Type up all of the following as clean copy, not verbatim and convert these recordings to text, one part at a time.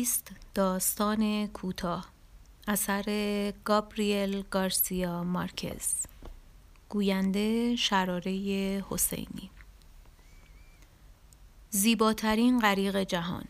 است داستان کوتاه، اثر گابریل گارسیا مارکز، گوینده شراره حسینی. زیباترین غریق جهان.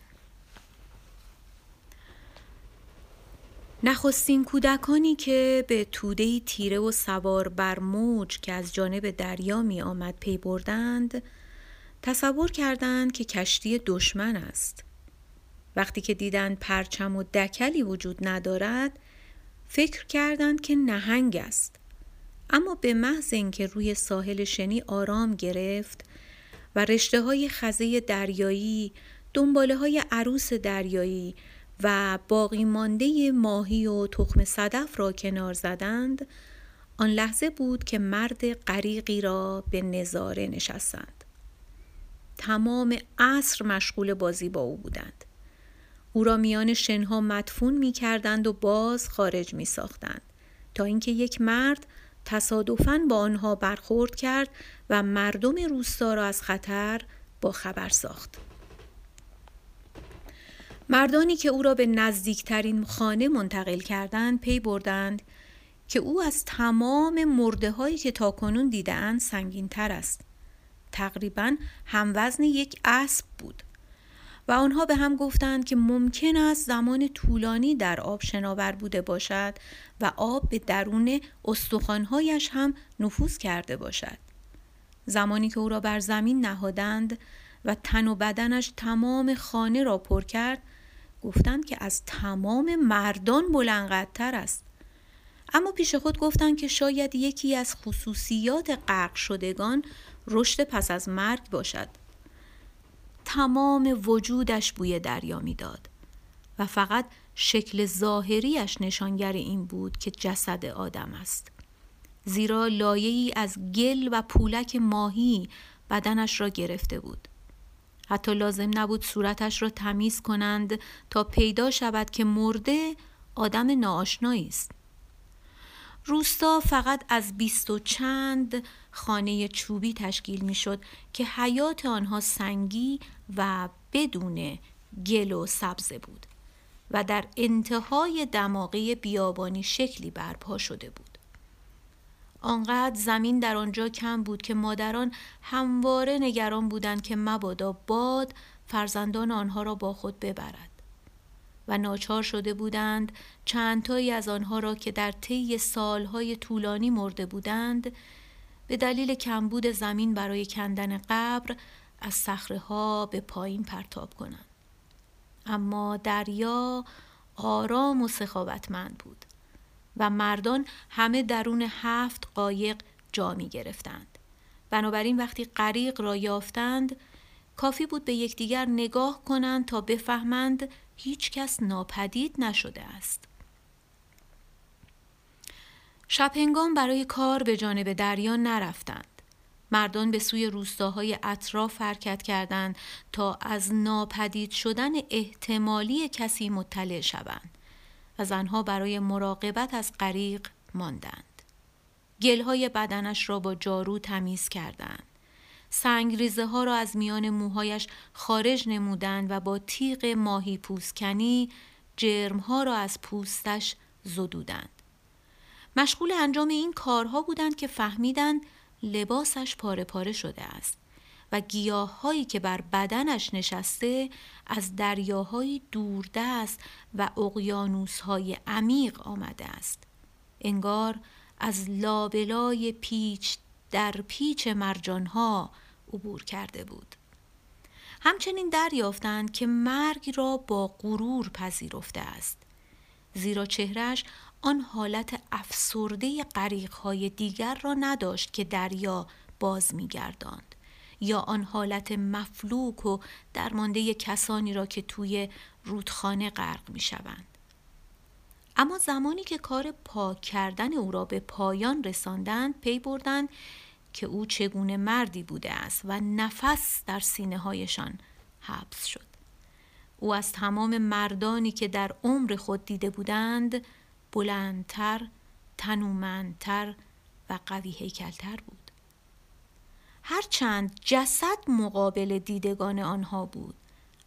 نخستین کودکانی که به توده‌ای تیره و سوار بر موج که از جانب دریا می آمد پی بردند، تصور کردند که کشتی دشمن است. وقتی که دیدند پرچم و دکلی وجود ندارد، فکر کردند که نهنگ است. اما به محض اینکه روی ساحل شنی آرام گرفت و رشته‌های خزه دریایی، دنباله‌های عروس دریایی و باقی مانده ماهی و تخم صدف را کنار زدند، آن لحظه بود که مرد غریقی را به نظاره نشستند. تمام عصر مشغول بازی با او بودند. او را میان شنها مدفون می کردند و باز خارج می ساختند تا اینکه یک مرد تصادفاً با آنها برخورد کرد و مردم روستا را از خطر با خبر ساخت. مردانی که او را به نزدیکترین خانه منتقل کردند پی بردند که او از تمام مرده هایی که تاکنون دیدند سنگین تر است. تقریباً هموزن یک اسب بود و آنها به هم گفتند که ممکن است زمان طولانی در آب شناور بوده باشد و آب به درون استخوان‌هایش هم نفوذ کرده باشد. زمانی که او را بر زمین نهادند و تن و بدنش تمام خانه را پر کرد، گفتند که از تمام مردان بلندقدتر است. اما پیش خود گفتند که شاید یکی از خصوصیات غرق شدگان رشد پس از مرگ باشد. تمام وجودش بوی دریا میداد و فقط شکل ظاهریش نشانگر این بود که جسد آدم است، زیرا لایه‌ای از گل و پولک ماهی بدنش را گرفته بود. حتی لازم نبود صورتش را تمیز کنند تا پیدا شود که مرده آدم ناآشنایی است. روستا فقط از 20 و چند خانه چوبی تشکیل می شد که حیات آنها سنگی و بدون گل و سبزه بود و در انتهای دماغه بیابانی شکلی برپا شده بود. آنقدر زمین در آنجا کم بود که مادران همواره نگران بودند که مبادا باد فرزندان آنها را با خود ببرد و ناچار شده بودند چندتایی از آنها را که در طی سالهای طولانی مرده بودند به دلیل کمبود زمین برای کندن قبر از صخره‌ها به پایین پرتاب کنند. اما دریا آرام و سخاوتمند بود و مردان همه درون 7 قایق جا می گرفتند. بنابراین وقتی غریق را یافتند، کافی بود به یکدیگر نگاه کنند تا بفهمند هیچ کس ناپدید نشده است. شبهنگام برای کار به جانب دریا نرفتند. مردان به سوی روستاهای اطراف حرکت کردند تا از ناپدید شدن احتمالی کسی مطلع شوند و زنها برای مراقبت از غریق ماندند. گلهای بدنش را با جارو تمیز کردند. سنگریزه ها را از میان موهایش خارج نمودند و با تیغ ماهی پوستکنی جرم ها را از پوستش زدودند. مشغول انجام این کارها بودند که فهمیدند لباسش پاره پاره شده است و گیاه‌هایی که بر بدنش نشسته از دریاهای دوردست و اقیانوس‌های عمیق آمده است. انگار از لابلای پیچ در پیچ مرجان‌ها عبور کرده بود. همچنین دریافتند که مرگ را با غرور پذیرفته است، زیرا چهرهش آن حالت افسرده غریق‌های دیگر را نداشت که دریا باز می‌گرداند، یا آن حالت مفلوک و درمانده کسانی را که توی رودخانه غرق می‌شوند. اما زمانی که کار پاک کردن او را به پایان رساندند، پی بردند که او چگونه مردی بوده است و نفس در سینه‌هایشان حبس شد. او از تمام مردانی که در عمر خود دیده بودند بلندتر، تنومندتر و قوی هیکلتر بود. هرچند جسد مقابل دیدگان آنها بود،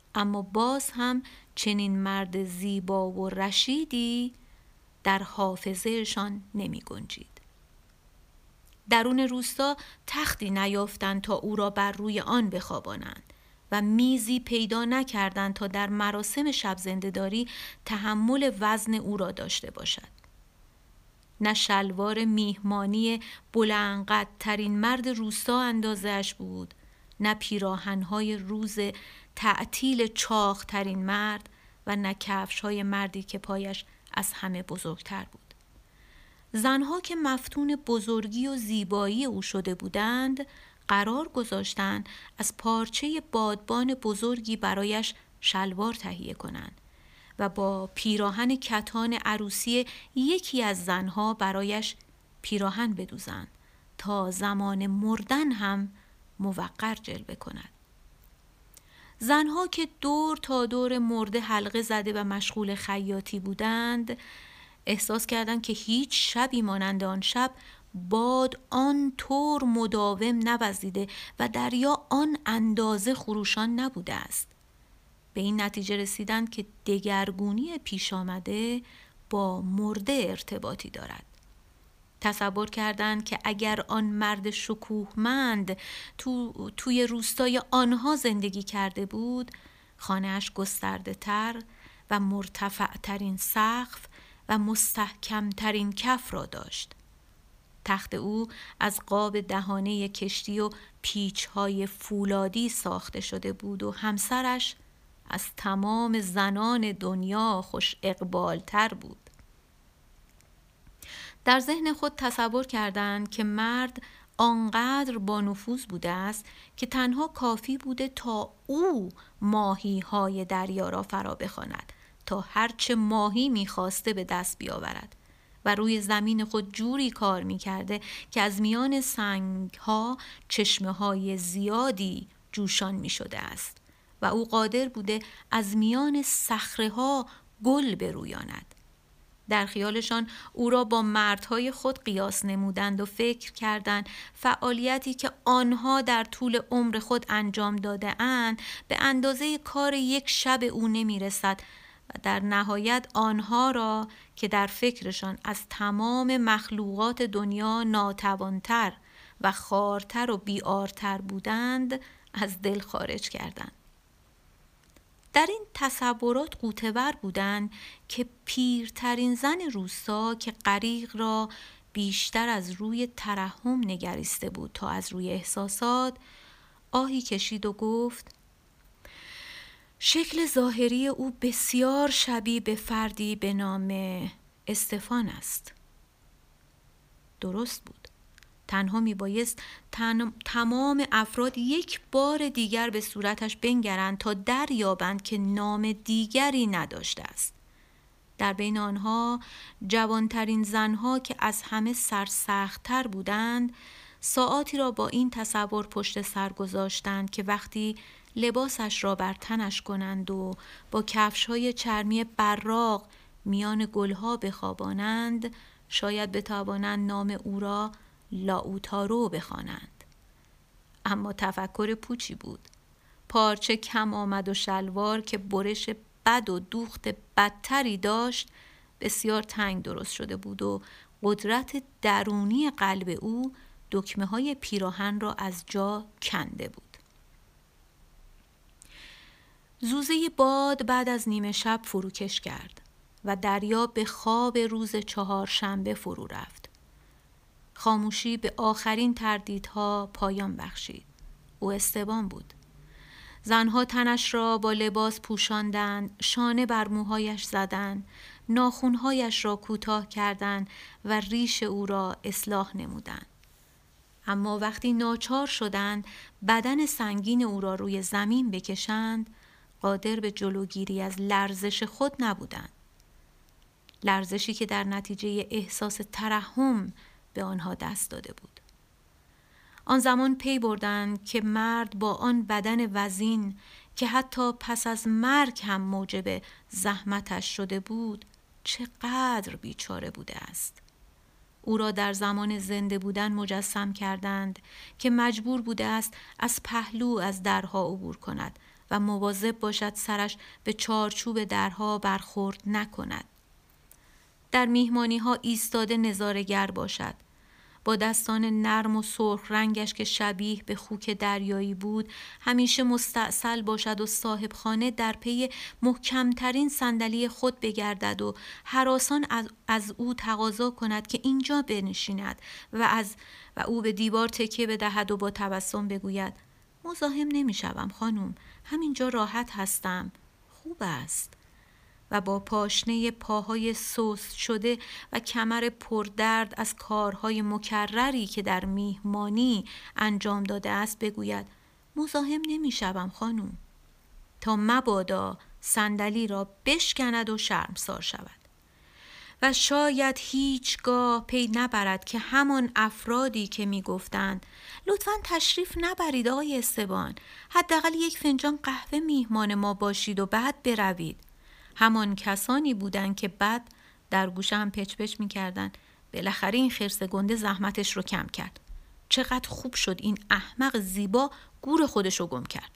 اما باز هم چنین مرد زیبا و رشیدی در حافظهشان نمی گنجید. درون روستا تختی نیافتند تا او را بر روی آن بخوابانند و میزی پیدا نکردند تا در مراسم شب زنده‌داری تحمل وزن او را داشته باشد. نه شلوار میهمانی بلندقدترین مرد روستا اندازه‌اش بود، نه پیراهن‌های روز تعطیل چاق‌ترین مرد و نه کفش‌های مردی که پایش از همه بزرگتر بود. زنها که مفتون بزرگی و زیبایی او شده بودند، قرار گذاشتند از پارچه بادبان بزرگی برایش شلوار تهیه کنند و با پیراهن کتان عروسی یکی از زنها برایش پیراهن بدوزند تا زمان مردن هم موقر جلوه کند. زنها که دور تا دور مرده حلقه زده و مشغول خیاطی بودند، احساس کردند که هیچ شبی مانند آن شب باد آن طور مداوم نوزیده و دریا آن اندازه خروشان نبوده است. به این نتیجه رسیدند که دگرگونی پیش آمده با مرده ارتباطی دارد. تصور کردند که اگر آن مرد شکوهمند توی روستای آنها زندگی کرده بود، خانه‌اش گسترده تر و مرتفع ترین سقف و مستحکم ترین کف را داشت. تخت او از قاب دهانه کشتی و پیچ‌های فولادی ساخته شده بود و همسرش از تمام زنان دنیا خوش اقبال‌تر بود. در ذهن خود تصور کردند که مرد آنقدر با نفوذ بوده است که تنها کافی بوده تا او ماهی‌های دریا را فرا بخواند تا هرچه ماهی می‌خواسته به دست بیاورد و روی زمین خود جوری کار می‌کرده که از میان سنگ‌ها چشمه‌های زیادی جوشان می‌شده است و او قادر بوده از میان صخره‌ها گل برویاند. در خیالشان او را با مردهای خود قیاس نمودند و فکر کردند فعالیتی که آنها در طول عمر خود انجام داده اند به اندازه کار یک شب او نمی رسد و در نهایت آنها را که در فکرشان از تمام مخلوقات دنیا ناتوانتر و خوارتر و بیارتر بودند از دل خارج کردند. در این تصورات غوطه‌ور بودند که پیرترین زن روستا که غریق را بیشتر از روی ترحم نگریسته بود تا از روی احساسات، آهی کشید و گفت: شکل ظاهری او بسیار شبیه به فردی به نام استفان است. درست بود. تنها میبایست تمام افراد یک بار دیگر به صورتش بنگرند تا دریابند که نام دیگری نداشته است. در بین آنها جوانترین زنها که از همه سرسخت‌تر بودند، ساعاتی را با این تصور پشت سر گذاشتند که وقتی لباسش را بر تنش کنند و با کفش‌های چرمی براق میان گلها بخوابانند، شاید بتوانند نام او را لاوتارو بخوانند. اما تفکر پوچی بود. پارچه کم آمد و شلوار که برش بد و دوخت بدتری داشت بسیار تنگ درست شده بود و قدرت درونی قلب او دکمه های پیراهن را از جا کنده بود. زوزه باد بعد از نیمه شب فروکش کرد و دریا به خواب روز چهارشنبه فرو رفت. خاموشی به آخرین تردیدها پایان بخشید. او استبان بود. زنها تنش را با لباس پوشاندند، شانه بر موهایش زدند، ناخنهایش را کوتاه کردند و ریش او را اصلاح نمودند. اما وقتی ناچار شدند بدن سنگین او را روی زمین بکشند، قادر به جلوگیری از لرزش خود نبودند. لرزشی که در نتیجه احساس ترحم به آنها دست داده بود. آن زمان پی بردند که مرد با آن بدن وزین که حتی پس از مرگ هم موجب زحمتش شده بود، چقدر بیچاره بوده است. او را در زمان زنده بودن مجسم کردند که مجبور بوده است از پهلو از درها عبور کند و مواظب باشد سرش به چارچوب درها برخورد نکند. در میهمانی‌ها ایستاده نظاره‌گر باشد. با دستان نرم و سرخ رنگش که شبیه به خوک دریایی بود همیشه مستعسل باشد و صاحب خانه در پی محکمترین صندلی خود بگردد و هراسان از او تقاضا کند که اینجا بنشیند و او به دیوار تکیه بدهد و با تبسم بگوید مزاحم نمی‌شوم خانم، همینجا راحت هستم، خوب است. و با پاشنه پاهای سست شده و کمر پردرد از کارهای مکرری که در میهمانی انجام داده است بگوید مزاحم نمی‌شوم خانم، تا مبادا صندلی را بشکند و شرمسار شود. و شاید هیچگاه پی نبرد که همان افرادی که میگفتند لطفاً تشریف نبرید آقای استبان، حداقل یک فنجان قهوه میهمان ما باشید و بعد بروید، همان کسانی بودند که بعد در گوشه هم پچ پچ می‌کردند بالاخره این خرس گنده زحمتش رو کم کرد، چقدر خوب شد این احمق زیبا گور خودش رو گم کرد.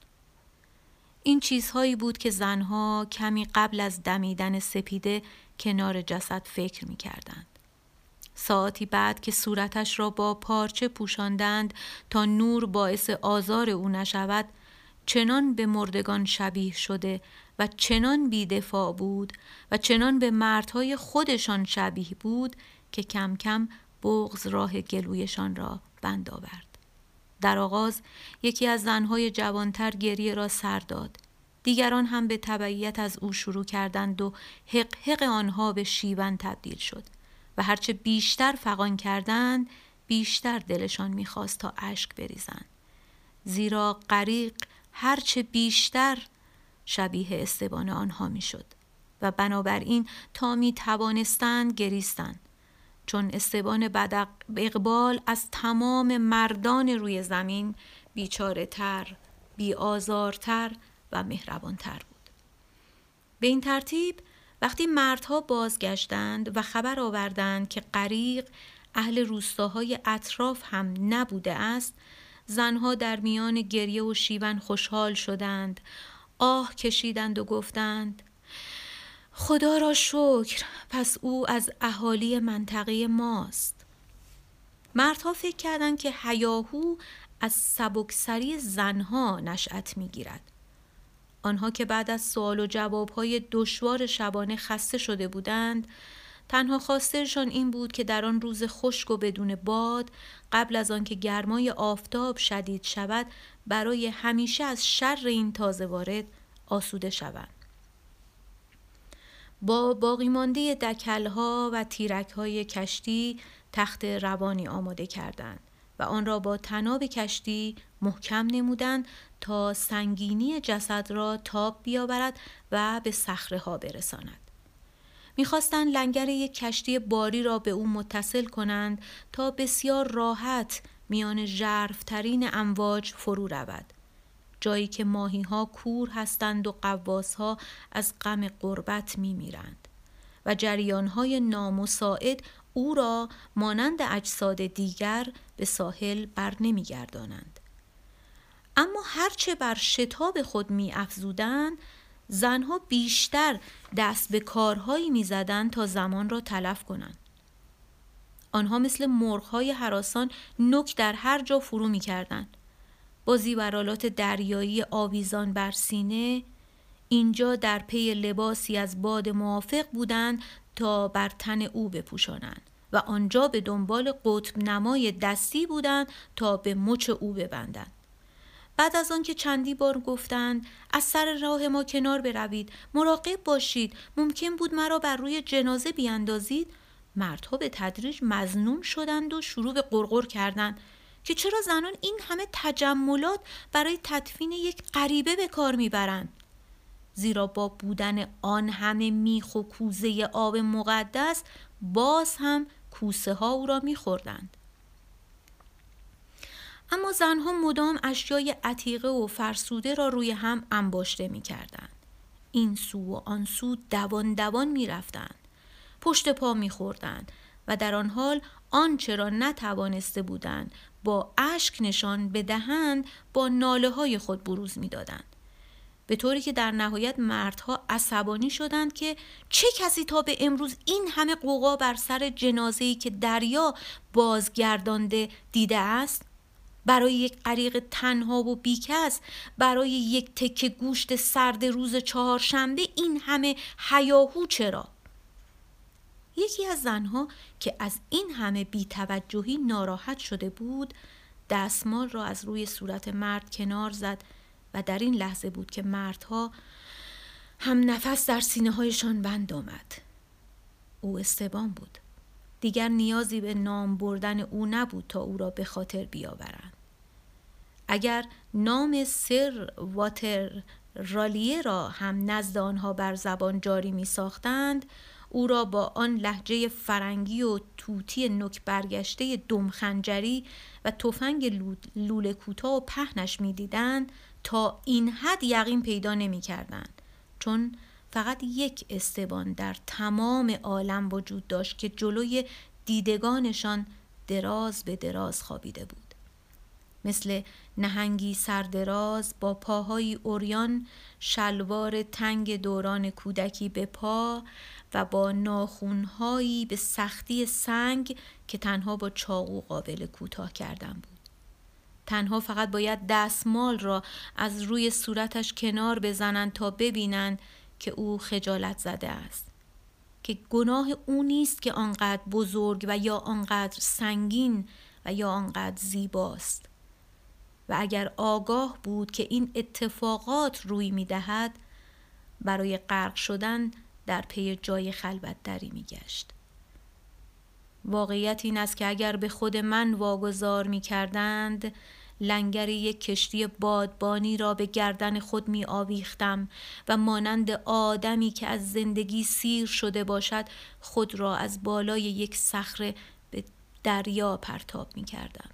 این چیزهایی بود که زنها کمی قبل از دمیدن سپیده کنار جسد فکر می‌کردند. ساعتی بعد که صورتش را با پارچه پوشاندند تا نور باعث آزار او نشود، چنان به مردگان شبیه شده و چنان بی‌دفاع بود و چنان به مردهای خودشان شبیه بود که کم کم بغض راه گلویشان را بند آورد. در آغاز یکی از زنهای جوانتر گریه را سر داد. دیگران هم به تبعیت از او شروع کردند و حق حق آنها به شیون تبدیل شد و هرچه بیشتر فغان کردند بیشتر دلشان می‌خواست تا اشک بریزند، زیرا غریق هرچه بیشتر شبیه استبان آنها می‌شد و بنابراین تا می‌توانستند گریستند، چون استبان بد اقبال از تمام مردان روی زمین بیچاره تر، بی آزارتر و مهربانتر بود. به این ترتیب وقتی مردها بازگشتند و خبر آوردند که غریق اهل روستاهای اطراف هم نبوده است، زنها در میان گریه و شیون خوشحال شدند، آه کشیدند و گفتند خدا را شکر، پس او از اهالی منطقه ماست. مردها فکر کردند که هیاهو از سبکسری زنها نشأت می‌گیرد. آنها که بعد از سوال و جوابهای دشوار شبانه خسته شده بودند، تنها خواستشان این بود که در آن روز خشک و بدون باد، قبل از آن که گرمای آفتاب شدید شود، برای همیشه از شر این تازه وارد آسوده شوند. با باقی مانده دکل‌ها و تیرک‌های کشتی تخت روانی آماده کردند و آن را با طناب کشتی محکم نمودند تا سنگینی جسد را تاب بیاورد و به صخره‌ها برساند. می‌خواستند لنگر یک کشتی باری را به او متصل کنند تا بسیار راحت میان ژرف‌ترین امواج فرو رود، جایی که ماهی‌ها کور هستند و غواص‌ها از غم غربت می‌میرند و جریان‌های نامساعد او را مانند اجساد دیگر به ساحل بر نمی‌گردانند. اما هرچه بر شتاب خود می‌افزودند، زنها بیشتر دست به کارهایی می‌زدند تا زمان را تلف کنند. آنها مثل مرغ‌های هراسان نوک در هر جا فرو می‌کردند. با زیورآلات دریایی آویزان بر سینه، اینجا در پی لباسی از باد موافق بودند تا بر تن او بپوشانند و آنجا به دنبال قطب نمای دستی بودند تا به مچ او ببندند. بعد از آن که چندی بار گفتند از سر راه ما کنار بروید، مراقب باشید، ممکن بود مرا بر روی جنازه بیاندازید، مردها به تدریج مظنون شدند و شروع به غرغر کردند که چرا زنان این همه تجملات برای تدفین یک غریبه به کار میبرند، زیرا با بودن آن همه میخ و کوزه آب مقدس باز هم کوسه ها او را میخوردند. اما زنها مدام اشیای عتیقه و فرسوده را روی هم انباشته میکردند. این سو و آن سو دوان دوان میرفتند، پشت پا میخوردند و در آن حال آنچه را نتوانسته بودند با اشک نشان بدهند با ناله های خود بروز میدادند. به طوری که در نهایت مردها عصبانی شدند که چه کسی تا به امروز این همه غوغا بر سر جنازه‌ای که دریا بازگردانده دیده است؟ برای یک غریق تنها و بیکس، برای یک تکه گوشت سرد روز چهارشنبه این همه هیاهو چرا؟ یکی از زنها که از این همه بی‌توجهی ناراحت شده بود، دستمال را از روی صورت مرد کنار زد و در این لحظه بود که مردها هم نفس در سینه‌هایشان بند آمد. او استبان بود. دیگر نیازی به نام بردن او نبود تا او را به خاطر بیاورند. اگر نام سر واتر رالیه را هم نزد آنها بر زبان جاری می ساختند، او را با آن لهجه فرنگی و توتی نوک برگشته دمخنجری و تفنگ لوله کوتاه و پهنش می دیدند، تا این حد یقین پیدا نمی کردند، چون فقط یک استبان در تمام عالم وجود داشت که جلوی دیدگانشان دراز به دراز خوابیده بود. مثل نهنگی سردراز با پاهای عریان، شلوار تنگ دوران کودکی به پا و با ناخن‌هایی به سختی سنگ که تنها با چاقو قابل کوتاه کردن بود. تنها فقط باید دستمال را از روی صورتش کنار بزنند تا ببینند که او خجالت زده است، که گناه او نیست که آنقدر بزرگ و یا آنقدر سنگین و یا آنقدر زیباست. و اگر آگاه بود که این اتفاقات روی می دهد، برای غرق شدن در پی جای خلوت‌تری می گشت. واقعیت این است که اگر به خود من واگذار می کردند، لنگر یک کشتی بادبانی را به گردن خود می آویختم و مانند آدمی که از زندگی سیر شده باشد، خود را از بالای یک صخره به دریا پرتاب می کردم.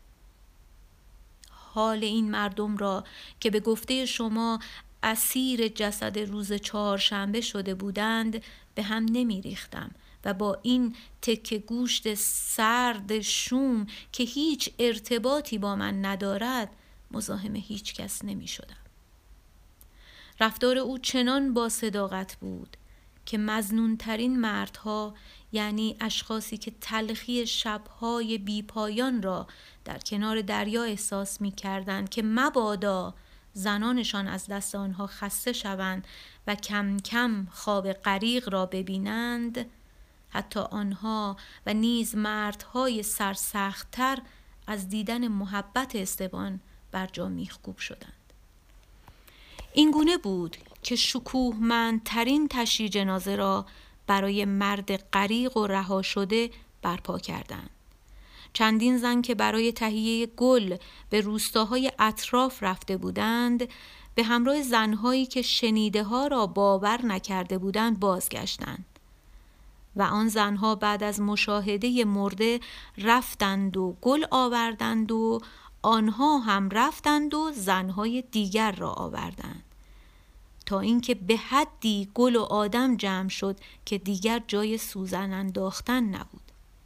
حال این مردم را که به گفته شما اسیر جسد روز چهارشنبه شده بودند به هم نمی ریختم و با این تکه گوشت سرد شوم که هیچ ارتباطی با من ندارد مزاحم هیچ کس نمی شدم. رفتار او چنان با صداقت بود که مظنونترین مردها، یعنی اشخاصی که تلخی شبهای بیپایان را در کنار دریا احساس می کردند که مبادا زنانشان از دست آنها خسته شوند و کم کم خواب غریق را ببینند، حتی آنها و نیز مردهای سرسخت‌تر از دیدن محبت استبان بر جا میخکوب شدند. این گونه بود که شکوهمندترین تشییع جنازه را برای مرد غریق و رها شده برپا کردند. چندین زن که برای تهیه گل به روستاهای اطراف رفته بودند، به همراه زنهایی که شنیده ها را باور نکرده بودند بازگشتند و آن زنها بعد از مشاهده مرده رفتند و گل آوردند و آنها هم رفتند و زنهای دیگر را آوردند، تا اینکه به حدی گل و آدم جمع شد که دیگر جای سوزن انداختن نبود.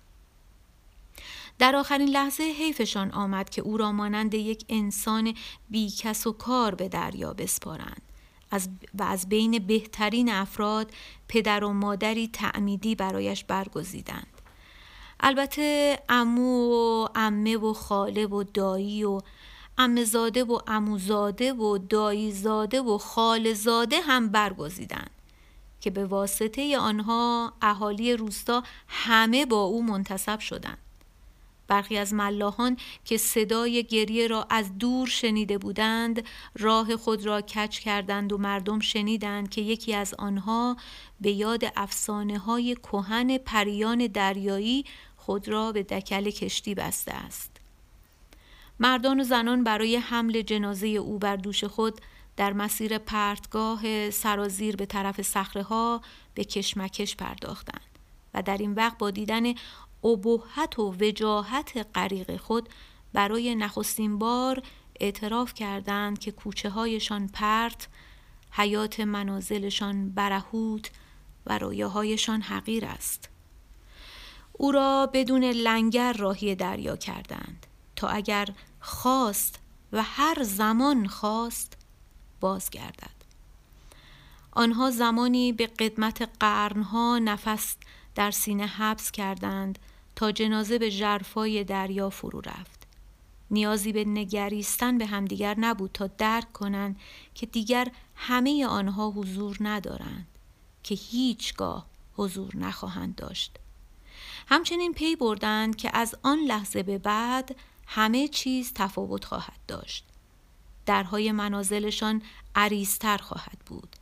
در آخرین لحظه حیفشان آمد که او را مانند یک انسان بی کس و کار به دریا بسپارند و از بین بهترین افراد پدر و مادری تعمیدی برایش برگزیدند. البته عمو و عمه و خاله و دایی و عمه‌زاده و عموزاده و دایی‌زاده و خاله‌زاده هم برگزیدند که به واسطه آنها اهالی روستا همه با او منتسب شدند. برخی از ملاحان که صدای گریه را از دور شنیده بودند راه خود را کج کردند و مردم شنیدند که یکی از آنها به یاد افسانه‌های کهن پریان دریایی خود را به دکل کشتی بسته است. مردان و زنان برای حمل جنازه او بر دوش خود در مسیر پرتگاه سرازیر به طرف صخره‌ها به کشمکش پرداختند و در این وقت با دیدن ابهت و وجاهت غریق خود برای نخستین بار اعتراف کردند که کوچه هایشان پرت، حیات منازلشان برهوت و رویاهایشان حقیر است. او را بدون لنگر راهی دریا کردند تا اگر خواست و هر زمان خواست بازگردد. آنها زمانی به قدمت قرنها نفس در سینه حبس کردند تا جنازه به ژرفای دریا فرو رفت. نیازی به نگریستن به همدیگر نبود تا درک کنند که دیگر همه آنها حضور ندارند، که هیچگاه حضور نخواهند داشت. همچنین پی بردند که از آن لحظه به بعد همه چیز تفاوت خواهد داشت. درهای منازلشان عریض‌تر خواهد بود،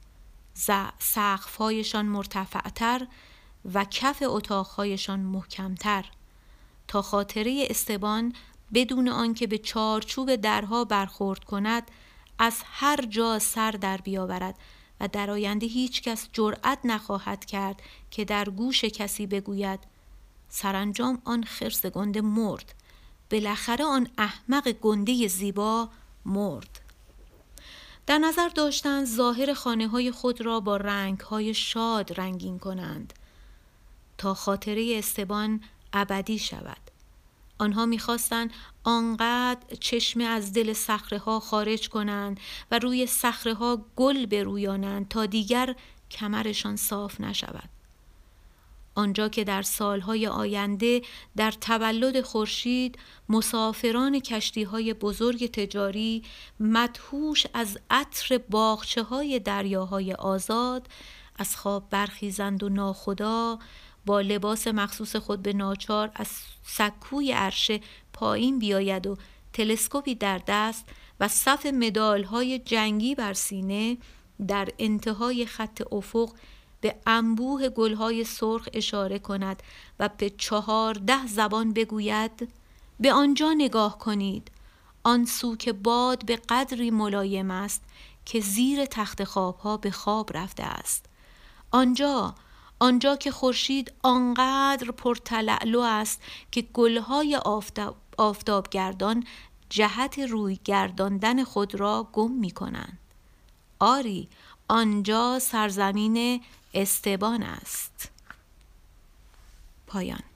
سقف‌هایشان مرتفع‌تر و کف اتاق‌هایشان محکم‌تر، تا خاطره استبان بدون آنکه به چارچوب درها برخورد کند از هر جا سر در بیاورد و در آینده هیچ کس جرأت نخواهد کرد که در گوش کسی بگوید سرانجام آن خرس گنده مرد، بالاخره آن احمق گنده زیبا مرد. در نظر داشتند ظاهر خانه‌های خود را با رنگ‌های شاد رنگین کنند تا خاطره استبان ابدی شود. آنها می‌خواستند آنقدر چشمه از دل صخره‌ها خارج کنند و روی صخره‌ها گل برویانند تا دیگر کمرشان صاف نشود. آنجا که در سالهای آینده در تولد خورشید مسافران کشتی‌های بزرگ تجاری مدهوش از عطر باغچه‌های دریاهای آزاد از خواب برخیزند و ناخدا با لباس مخصوص خود به ناچار از سکوی عرشه پایین بیاید و تلسکوپی در دست و صف مدال‌های جنگی بر سینه در انتهای خط افق به انبوه گل‌های سرخ اشاره کند و به 14 زبان بگوید به آنجا نگاه کنید، آن سو که باد به قدری ملایم است که زیر تخت خواب‌ها به خواب رفته است. آنجا که خورشید آنقدر پرتلألؤ است که گل‌های آفتابگردان جهت روی گرداندن خود را گم می‌کنند. آری، آنجا سرزمین استبان است. پایان.